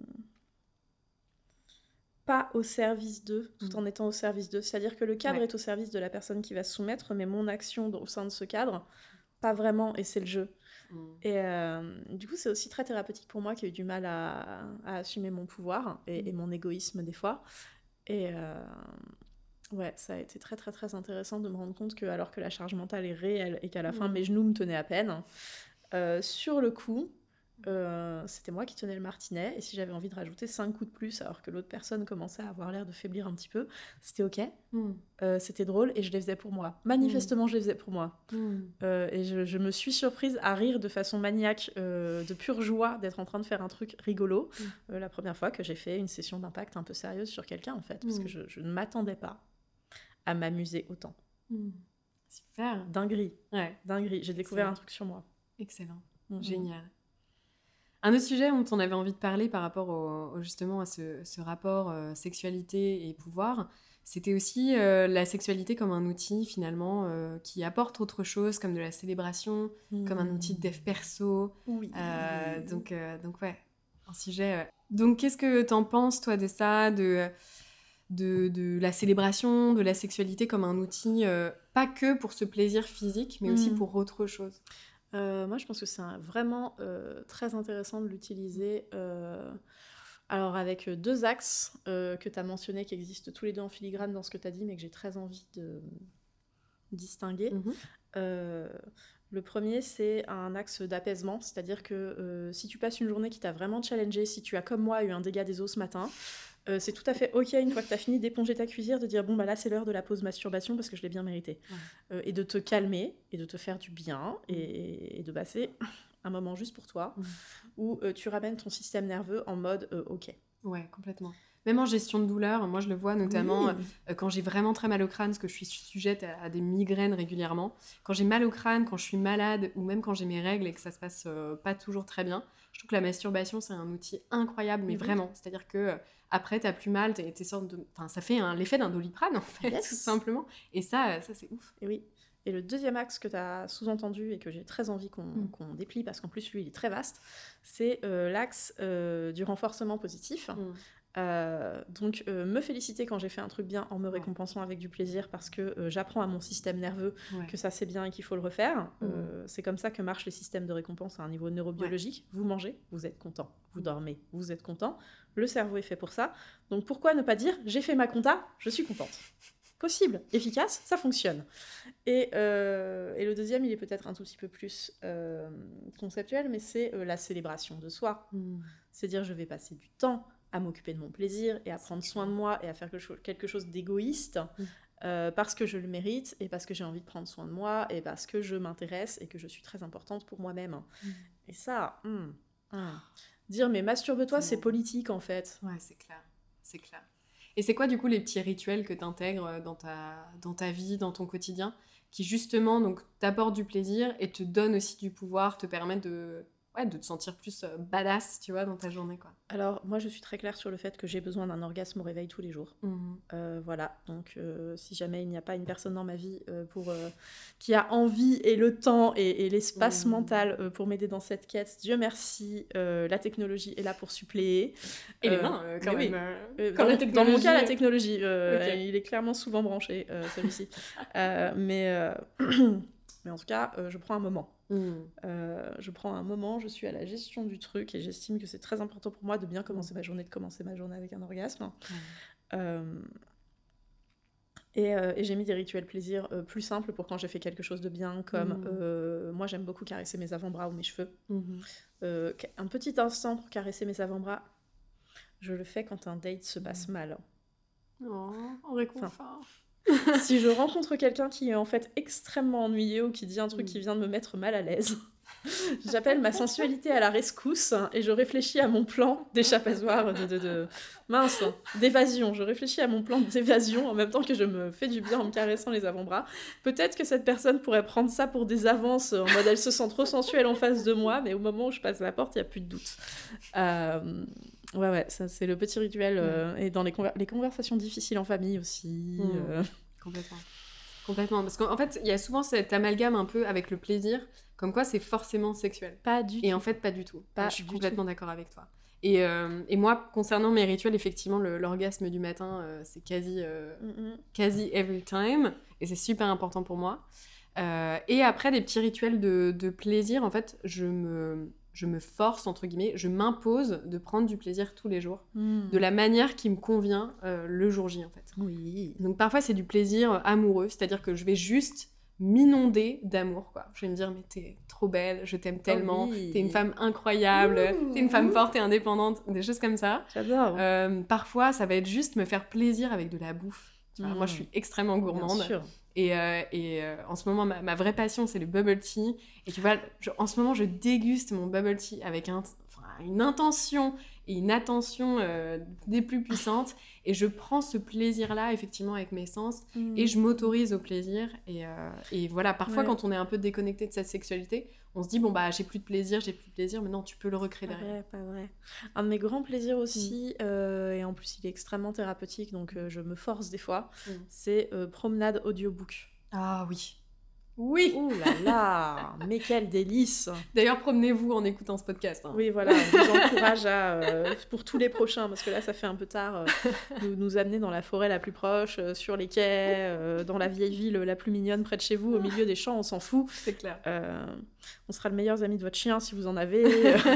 pas au service d'eux, tout Mm. en étant au service d'eux. C'est-à-dire que le cadre Ouais. est au service de la personne qui va se soumettre, mais mon action au sein de ce cadre, pas vraiment, et c'est le jeu. Mm. Et euh, du coup, c'est aussi très thérapeutique pour moi qui ai eu du mal à, à assumer mon pouvoir et, Mm. et mon égoïsme des fois. Et euh, ouais, ça a été très très très intéressant de me rendre compte que alors que la charge mentale est réelle et qu'à la fin Mm. mes genoux me tenaient à peine, euh, sur le coup, euh, c'était moi qui tenais le martinet. Et si j'avais envie de rajouter cinq coups de plus alors que l'autre personne commençait à avoir l'air de faiblir un petit peu, c'était ok. Mm. Euh, c'était drôle et je les faisais pour moi. Manifestement, je les faisais pour moi. Mm. Euh, et je, je me suis surprise à rire de façon maniaque, euh, de pure joie d'être en train de faire un truc rigolo. Mm. Euh, la première fois que j'ai fait une session d'impact un peu sérieuse sur quelqu'un, en fait, parce Mm. que je, je ne m'attendais pas à m'amuser autant. Mm. Super. Dinguerie, Ouais, dinguerie. J'ai découvert Excellent. un truc sur moi. excellent. Mhm. Génial. Un autre sujet dont on avait envie de parler par rapport au, au- justement à ce, ce rapport euh, sexualité et pouvoir, c'était aussi euh, la sexualité comme un outil finalement euh, qui apporte autre chose, comme de la célébration, comme un outil de dev perso. Oui. Euh, donc, euh, donc ouais, un sujet. ouais. Donc qu'est-ce que t'en penses toi de ça, de, de, de la célébration, de la sexualité comme un outil, euh, pas que pour ce plaisir physique, mais aussi Mm. pour autre chose. Euh, moi, je pense que c'est un- vraiment euh, très intéressant de l'utiliser. euh, Alors, avec euh, deux axes euh, que tu as mentionnés, qui existent tous les deux en filigrane dans ce que tu as dit, mais que j'ai très envie de distinguer. Mhm. Euh, le premier, c'est un axe d'apaisement, c'est-à-dire que euh, si tu passes une journée qui t'a vraiment challengé, si tu as comme moi eu un dégât des os ce matin, euh, c'est tout à fait ok une fois que tu as fini d'éponger ta cuisine de dire bon bah là c'est l'heure de la pause masturbation parce que je l'ai bien mérité. Ouais. Euh, et de te calmer et de te faire du bien et, et de passer un moment juste pour toi Mm. où euh, tu ramènes ton système nerveux en mode euh, ok. Ouais, complètement. Même en gestion de douleur, moi je le vois notamment Oui. euh, quand j'ai vraiment très mal au crâne, parce que je suis sujette à, à des migraines régulièrement. Quand j'ai mal au crâne, quand je suis malade, ou même quand j'ai mes règles et que ça se passe euh, pas toujours très bien, je trouve que la masturbation c'est un outil incroyable, mais Oui. vraiment. C'est-à-dire que euh, après t'as plus mal, t'es, t'es sorte de... enfin, ça fait un- l'effet d'un doliprane en fait, Yes. tout simplement. Et ça, euh, ça c'est ouf. Et oui. Et le deuxième axe que tu as sous-entendu et que j'ai très envie qu'on Mm. qu'on déplie, parce qu'en plus lui il est très vaste, c'est euh, l'axe euh, du renforcement positif. Mm. Euh, donc euh, me féliciter quand j'ai fait un truc bien en me Ouais. récompensant avec du plaisir parce que euh, j'apprends à mon système nerveux Ouais. que ça c'est bien et qu'il faut le refaire. Mm. Euh, c'est comme ça que marchent les systèmes de récompense à un niveau neurobiologique. Vous mangez, vous êtes content. Vous Mm. dormez, vous êtes content. Le cerveau est fait pour ça. Donc pourquoi ne pas dire j'ai fait ma compta, je suis contente. Possible, efficace, ça fonctionne. Et, euh, et le deuxième, il est peut-être un tout petit peu plus euh, conceptuel, mais c'est euh, la célébration de soi. Mm. C'est dire je vais passer du temps à m'occuper de mon plaisir et à prendre soin de moi et à faire quelque chose, quelque chose d'égoïste Mm. euh, parce que je le mérite et parce que j'ai envie de prendre soin de moi et parce que je m'intéresse et que je suis très importante pour moi-même. Mm. Et ça, hum, hum. dire mais masturbe-toi, C'est c'est bon. politique en fait. Ouais, c'est clair, c'est clair. Et c'est quoi du coup les petits rituels que tu intègres dans ta, dans ta vie, dans ton quotidien, qui justement donc t'apportent du plaisir et te donnent aussi du pouvoir, te permettent de, ouais, de te sentir plus euh, badass, tu vois, dans ta journée, quoi. Alors moi je suis très claire sur le fait que j'ai besoin d'un orgasme au réveil tous les jours. Mhm. Euh, voilà, donc euh, si jamais il n'y a pas une personne dans ma vie euh, pour, euh, qui a envie et le temps et, et l'espace Mmh. mental euh, pour m'aider dans cette quête, Dieu merci, euh, la technologie est là pour suppléer. Et les Euh, mains, euh, quand mais oui. même. euh, Euh, quand dans, la dans mon cas, la technologie- technologie, euh, Ok. il est clairement souvent branché, euh, celui-ci. Euh, mais, euh, mais en tout cas, euh, je prends un moment. Mhm. Euh, je prends un moment, je suis à la gestion du truc et j'estime que c'est très important pour moi de bien commencer ma journée, de commencer ma journée avec un orgasme. Ouais. Euh, et, euh, et j'ai mis des rituels plaisir euh, plus simples pour quand j'ai fait quelque chose de bien, comme Mm. euh, moi j'aime beaucoup caresser mes avant-bras ou mes cheveux. Mhm. Euh, ca- un petit instant pour caresser mes avant-bras, je le fais quand un date se passe mal. Oh, en réconfort. Si je rencontre quelqu'un qui est en fait extrêmement ennuyé ou qui dit un truc Mm. qui vient de me mettre mal à l'aise, j'appelle ma sensualité à la rescousse et je réfléchis à mon plan d'échappatoire, de, de, de... mince, d'évasion. Je réfléchis à mon plan d'évasion en même temps que je me fais du bien en me caressant les avant-bras. Peut-être que cette personne pourrait prendre ça pour des avances, en mode elle se sent trop sensuelle en face de moi, mais au moment où je passe la porte, il n'y a plus de doute. Euh... Ouais, ouais, ça c'est le petit rituel. Euh, ouais. Et dans les, conver- les conversations difficiles en famille aussi. Mmh. Euh... Complètement. Complètement. Parce qu'en fait, il y a souvent cet amalgame un peu avec le plaisir, comme quoi c'est forcément sexuel. Pas du tout. Et en fait, pas du tout. Pas je suis du complètement tout. d'accord avec toi. Et, euh, et moi, concernant mes rituels, effectivement, le, l'orgasme du matin, euh, c'est quasi, euh, mm-hmm. quasi every time. Et c'est super important pour moi. Euh, et après, des petits rituels de, de plaisir, en fait, je me... je me force, entre guillemets, je m'impose de prendre du plaisir tous les jours, mmh. de la manière qui me convient euh, le jour J, en fait. Oui. Donc parfois, c'est du plaisir amoureux, c'est-à-dire que je vais juste m'inonder d'amour, quoi. Je vais me dire, mais t'es trop belle, je t'aime tellement, oh oui. T'es une femme incroyable, mmh. T'es une femme forte et indépendante, des choses comme ça. J'adore. Euh, parfois, ça va être juste me faire plaisir avec de la bouffe. Tu vois, mmh. Moi, je suis extrêmement gourmande. Bien sûr. Et, euh, et euh, en ce moment, ma, ma vraie passion, c'est le bubble tea. Et tu vois, je, en ce moment, je déguste mon bubble tea avec un, enfin, une intention et une attention euh, des plus puissantes. Et je prends ce plaisir-là, effectivement, avec mes sens. Mmh. Et je m'autorise au plaisir. Et, euh, et voilà, parfois, ouais. Quand on est un peu déconnecté de cette sexualité, on se dit, bon, bah, j'ai plus de plaisir, j'ai plus de plaisir. Mais non, tu peux le recréer pas derrière. Vrai, pas vrai. Un de mes grands plaisirs aussi, mmh. euh, et en plus, il est extrêmement thérapeutique, donc euh, je me force des fois, mmh. c'est euh, promenade audiobook. Ah oui. Oui. Ouh là là, mais quel délice. D'ailleurs, promenez-vous en écoutant ce podcast. Hein. Oui, voilà, on vous encourage à, euh, pour tous les prochains, parce que là, ça fait un peu tard, euh, nous, nous amener dans la forêt la plus proche, euh, sur les quais, euh, dans la vieille ville la plus mignonne près de chez vous, au milieu des champs, on s'en fout. C'est clair. Euh, on sera le meilleur ami de votre chien si vous en avez.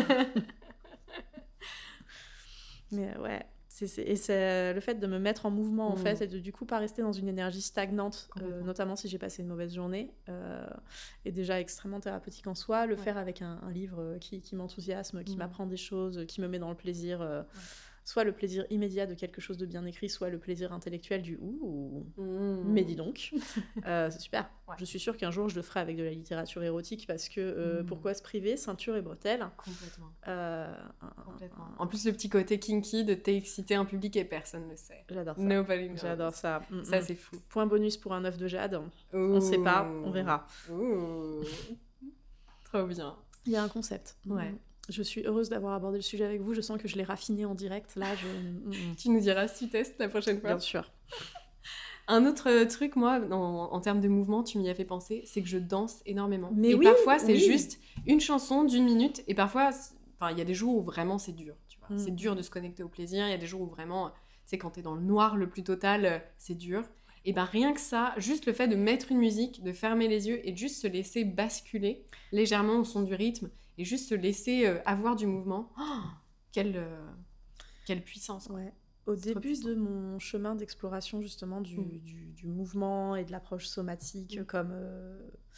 Mais ouais. C'est, c'est, et c'est le fait de me mettre en mouvement, en mmh. fait, et de du coup pas rester dans une énergie stagnante, euh, notamment si j'ai passé une mauvaise journée, euh, est déjà extrêmement thérapeutique en soi. Le ouais. faire avec un, un livre qui, qui m'enthousiasme, qui mmh. m'apprend des choses, qui me met dans le plaisir, euh, ouais. soit le plaisir immédiat de quelque chose de bien écrit, soit le plaisir intellectuel du « ouh, mmh. mais dis donc ». euh, C'est super. Ouais. Je suis sûre qu'un jour, je le ferai avec de la littérature érotique, parce que euh, mmh. pourquoi se priver, ceinture et bretelles. Complètement. Euh, Complètement. En plus, le petit côté kinky de t'exciter en public et personne ne le sait. J'adore ça. Nobody knows. J'adore ça. Mm-mm. Ça, c'est fou. Point bonus pour un œuf de jade. Ouh. On sait pas, on verra. Ouh. Trop bien. Il y a un concept. Ouais. Je suis heureuse d'avoir abordé le sujet avec vous. Je sens que je l'ai raffiné en direct. Là, je... Tu nous diras si tu testes la prochaine fois. Bien sûr. Un autre truc, moi, en, en termes de mouvement, tu m'y as fait penser, c'est que je danse énormément. Mais et oui, parfois, c'est oui. juste une chanson d'une minute. Et parfois, il y a des jours où vraiment c'est dur. Tu vois. Mm. C'est dur de se connecter au plaisir. Il y a des jours où vraiment, tu sais, quand t'es dans le noir le plus total, c'est dur. Et ben rien que ça, juste le fait de mettre une musique, de fermer les yeux et de juste se laisser basculer légèrement au son du rythme et juste se laisser euh, avoir du mouvement. Oh, quelle, euh, quelle puissance. Quoi. Ouais. Au c'est début de mon chemin d'exploration justement du, mmh. du, du mouvement et de l'approche somatique mmh. comme, euh,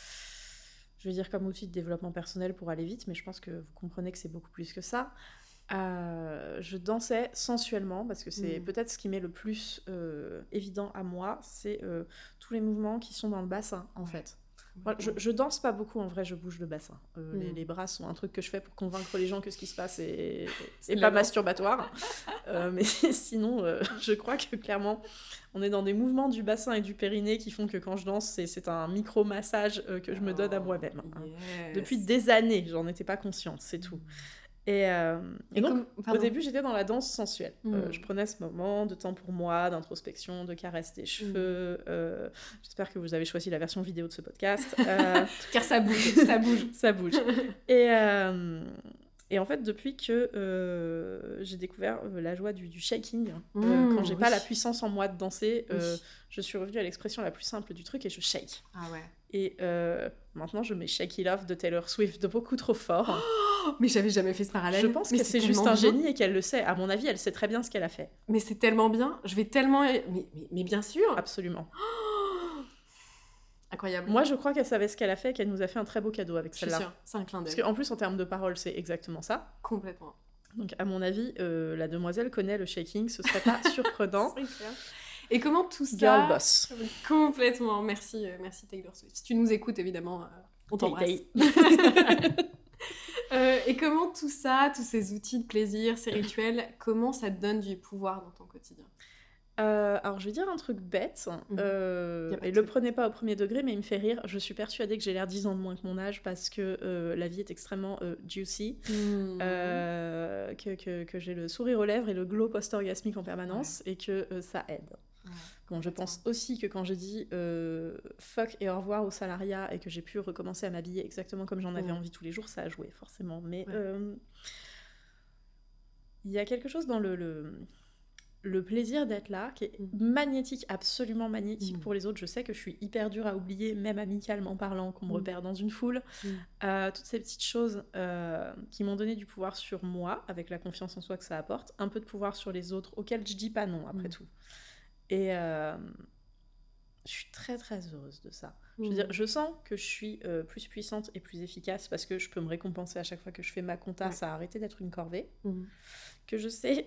je veux dire comme outil de développement personnel pour aller vite, mais je pense que vous comprenez que c'est beaucoup plus que ça. Euh, je dansais sensuellement parce que c'est mmh. peut-être ce qui m'est le plus euh, évident à moi, c'est euh, tous les mouvements qui sont dans le bassin en ouais. fait. Moi, je, je danse pas beaucoup, en vrai, je bouge le bassin. Euh, mmh. les, les bras sont un truc que je fais pour convaincre les gens que ce qui se passe est, est pas masturbatoire. euh, mais sinon, euh, je crois que clairement, on est dans des mouvements du bassin et du périnée qui font que quand je danse, c'est, c'est un micro-massage euh, que je me donne à moi-même. Oh, yes. Hein. Depuis des années, j'en étais pas consciente, c'est tout. Et, euh, et, et donc, comme, au début, j'étais dans la danse sensuelle. Mmh. Euh, je prenais ce moment de temps pour moi, d'introspection, de caresse des cheveux. Mmh. Euh, j'espère que vous avez choisi la version vidéo de ce podcast. Euh, Car ça bouge, ça bouge. Ça bouge. Et, euh, et en fait, depuis que euh, j'ai découvert la joie du, du shaking, mmh, euh, quand j'ai oui. pas la puissance en moi de danser, oui. euh, je suis revenue à l'expression la plus simple du truc et je shake. Ah ouais. Et euh, maintenant, je mets Shake It Off de Taylor Swift de beaucoup trop fort. Oh, mais j'avais jamais fait ce parallèle. Je pense mais que c'est, c'est juste un bien. génie et qu'elle le sait. À mon avis, elle sait très bien ce qu'elle a fait. Mais c'est tellement bien. Je vais tellement... Mais, mais, mais bien sûr. Absolument. Oh, incroyable. Moi, je crois qu'elle savait ce qu'elle a fait et qu'elle nous a fait un très beau cadeau avec je celle-là. Je suis sûre. C'est un clin d'œil. Parce qu'en plus, en termes de paroles, c'est exactement ça. Complètement. Donc, à mon avis, euh, la demoiselle connaît le shaking. Ce serait pas surprenant. C'est clair. Et comment tout ça... Girl boss. Complètement. Merci, euh, merci Taylor Swift. Si tu nous écoutes, évidemment, euh, on t'embrasse. Hey, euh, et comment tout ça, tous ces outils de plaisir, ces rituels, comment ça te donne du pouvoir dans ton quotidien? Euh, alors, je vais dire un truc bête, Mhm. euh, Y a pas de et le truc. prenez pas au premier degré, mais il me fait rire. Je suis persuadée que j'ai l'air dix ans de moins que mon âge parce que euh, la vie est extrêmement euh, juicy, Mhm. euh, que, que, que j'ai le sourire aux lèvres et le glow post-orgasmique en permanence, et que euh, ça aide. Ouais, Bon, je complètement. pense aussi que quand j'ai dit euh, fuck et au revoir au salariat et que j'ai pu recommencer à m'habiller exactement comme j'en avais Mhm. envie tous les jours, ça a joué forcément. Mais Ouais. euh, il y a quelque chose dans le, le, le plaisir d'être là qui est Mhm. magnétique, absolument magnétique Mhm. pour les autres. Je sais que je suis hyper dure à oublier, même amicalement parlant, qu'on me Mhm. repère dans une foule. Mhm. Euh, toutes ces petites choses euh, qui m'ont donné du pouvoir sur moi, avec la confiance en soi que ça apporte, un peu de pouvoir sur les autres, auxquels je dis pas non après Mhm. tout. Et euh, je suis très très heureuse de ça. Je veux dire, je sens que je suis euh, plus puissante et plus efficace parce que je peux me récompenser à chaque fois que je fais ma compta, Ouais. ça a arrêté d'être une corvée. Mhm. Que je sais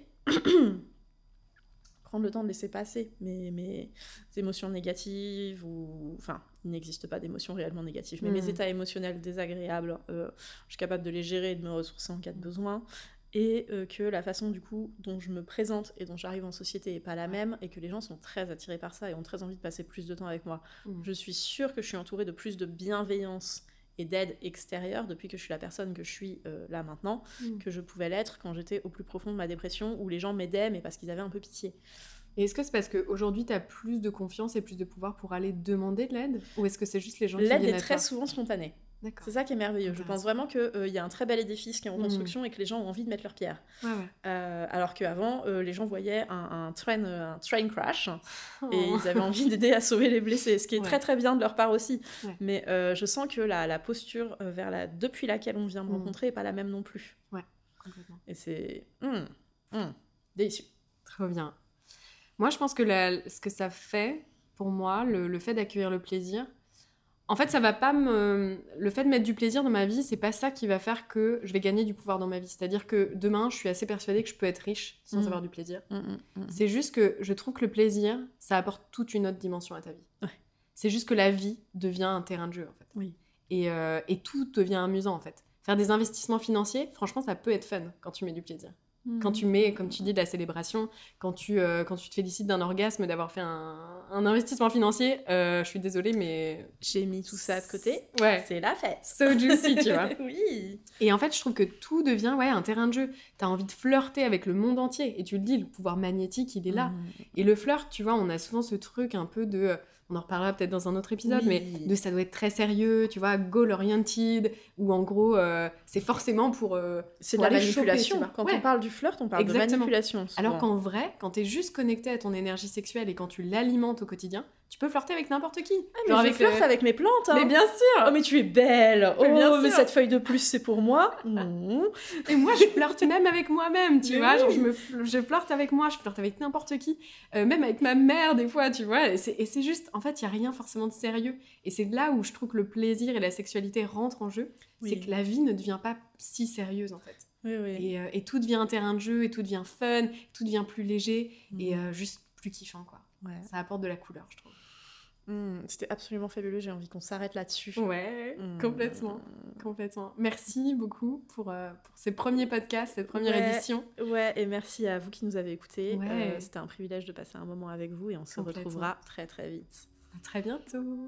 prendre le temps de laisser passer mes, mes émotions négatives, ou... Enfin, il n'existe pas d'émotions réellement négatives, mais Mhm. mes états émotionnels désagréables, euh, je suis capable de les gérer et de me ressourcer en cas de besoin. Et euh, que la façon du coup dont je me présente et dont j'arrive en société est pas la Ouais. même, et que les gens sont très attirés par ça et ont très envie de passer plus de temps avec moi. Mhm. Je suis sûre que je suis entourée de plus de bienveillance et d'aide extérieure depuis que je suis la personne que je suis euh, là maintenant, Mhm. que je pouvais l'être quand j'étais au plus profond de ma dépression, où les gens m'aidaient mais parce qu'ils avaient un peu pitié. Et est-ce que c'est parce qu'aujourd'hui, tu as plus de confiance et plus de pouvoir pour aller demander de l'aide? Ou est-ce que c'est juste les gens qui L'aide viennent est à très toi? souvent spontanée. D'accord. C'est ça qui est merveilleux. Je Intéressant. pense vraiment qu'il euh, y a un très bel édifice qui est en Mhm. construction et que les gens ont envie de mettre leur pierre. Ouais, ouais. Euh, alors qu'avant, euh, les gens voyaient un, un, train, euh, un train crash Oh. et ils avaient envie d'aider à sauver les blessés, ce qui est Ouais. très très bien de leur part aussi. Ouais. Mais euh, je sens que la, la posture euh, vers la, depuis laquelle on vient me Mhm. rencontrer n'est pas la même non plus. Complètement. Et c'est hum, hum, délicieux. Trop bien. Moi, je pense que la- ce que ça fait, pour moi, le, le fait d'accueillir le plaisir, en fait, ça va pas me... Le fait de mettre du plaisir dans ma vie, c'est pas ça qui va faire que je vais gagner du pouvoir dans ma vie. C'est-à-dire que demain, je suis assez persuadée que je peux être riche sans Mhm. avoir du plaisir. Hum, hum, hum. C'est juste que je trouve que le plaisir, ça apporte toute une autre dimension à ta vie. Ouais. C'est juste que la vie devient un terrain de jeu, en fait. Oui. Et, euh, et tout devient amusant, en fait. Faire des investissements financiers, franchement, ça peut être fun quand tu mets du plaisir. Quand tu mets, comme tu dis, de la célébration, quand tu, euh, quand tu te félicites d'un orgasme, d'avoir fait un, un investissement financier, euh, je suis désolée, mais... J'ai mis tout ça de côté. Ouais. C'est la fête. So juicy, tu vois. Oui. Et en fait, je trouve que tout devient ouais, un terrain de jeu. T'as envie de flirter avec le monde entier. Et tu le dis, le pouvoir magnétique, il est là. Mmh. Et le flirt, tu vois, on a souvent ce truc un peu de... euh, On en reparlera peut-être dans un autre épisode, Oui. mais de ça doit être très sérieux, tu vois, goal-oriented, où en gros, euh, c'est forcément pour... euh, C'est de pour la aller choper, manipulation. tu vois. Quand Ouais. on parle du flirt, on parle Exactement. de manipulation. souvent. Alors qu'en vrai, quand t'es juste connecté à ton énergie sexuelle et quand tu l'alimentes au quotidien, tu peux flirter avec n'importe qui. Ah, mais Genre je avec flirte le- avec mes plantes. Hein. Mais bien sûr. Oh, mais tu es belle. Oh, Mais bien mais sûr. cette feuille de plus, c'est pour moi. Mmh. Et moi, je flirte même avec moi-même, tu Mais vois. oui. Genre, je, me, fl- je flirte avec moi, je flirte avec n'importe qui, euh, même avec ma mère des fois, tu vois. Et c'est, et c'est juste, en fait, il y a rien forcément de sérieux. Et c'est là où je trouve que le plaisir et la sexualité rentrent en jeu. Oui. C'est que la vie ne devient pas si sérieuse, en fait. Oui, oui. Et, euh, et tout devient un terrain de jeu, et tout devient fun, tout devient plus léger, Mmh. et euh, juste plus kiffant, quoi. Ouais. Ça apporte de la couleur, je trouve. Mmh, C'était absolument fabuleux. J'ai envie qu'on s'arrête là-dessus. Ouais, Mmh. complètement. Complètement. Merci beaucoup pour, euh, pour ces premiers podcasts, cette première Ouais. édition. Ouais, et merci à vous qui nous avez écoutés. Ouais. Euh, C'était un privilège de passer un moment avec vous et on se Complètement. retrouvera très très vite. À très bientôt.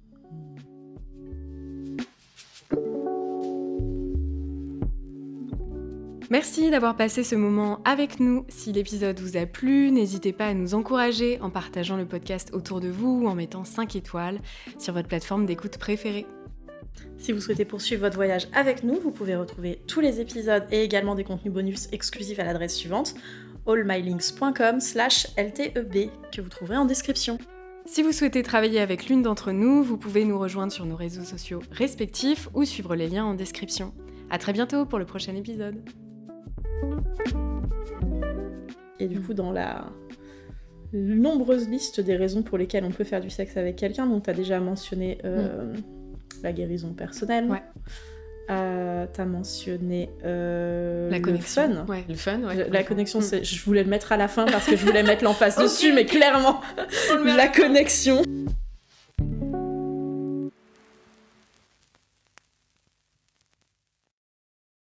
Merci d'avoir passé ce moment avec nous. Si l'épisode vous a plu, n'hésitez pas à nous encourager en partageant le podcast autour de vous ou en mettant cinq étoiles sur votre plateforme d'écoute préférée. Si vous souhaitez poursuivre votre voyage avec nous, vous pouvez retrouver tous les épisodes et également des contenus bonus exclusifs à l'adresse suivante allmylinks.com slash lteb que vous trouverez en description. Si vous souhaitez travailler avec l'une d'entre nous, vous pouvez nous rejoindre sur nos réseaux sociaux respectifs ou suivre les liens en description. À très bientôt pour le prochain épisode. Et du coup, dans la nombreuse liste des raisons pour lesquelles on peut faire du sexe avec quelqu'un, donc tu as déjà mentionné euh, mmh. la guérison personnelle, ouais. Euh, t'as mentionné euh, la le connexion. fun. Ouais, le fun, ouais. Je, la connexion, c'est, je voulais le mettre à la fin parce que je voulais mettre l'emphase dessus, mais clairement, la connexion.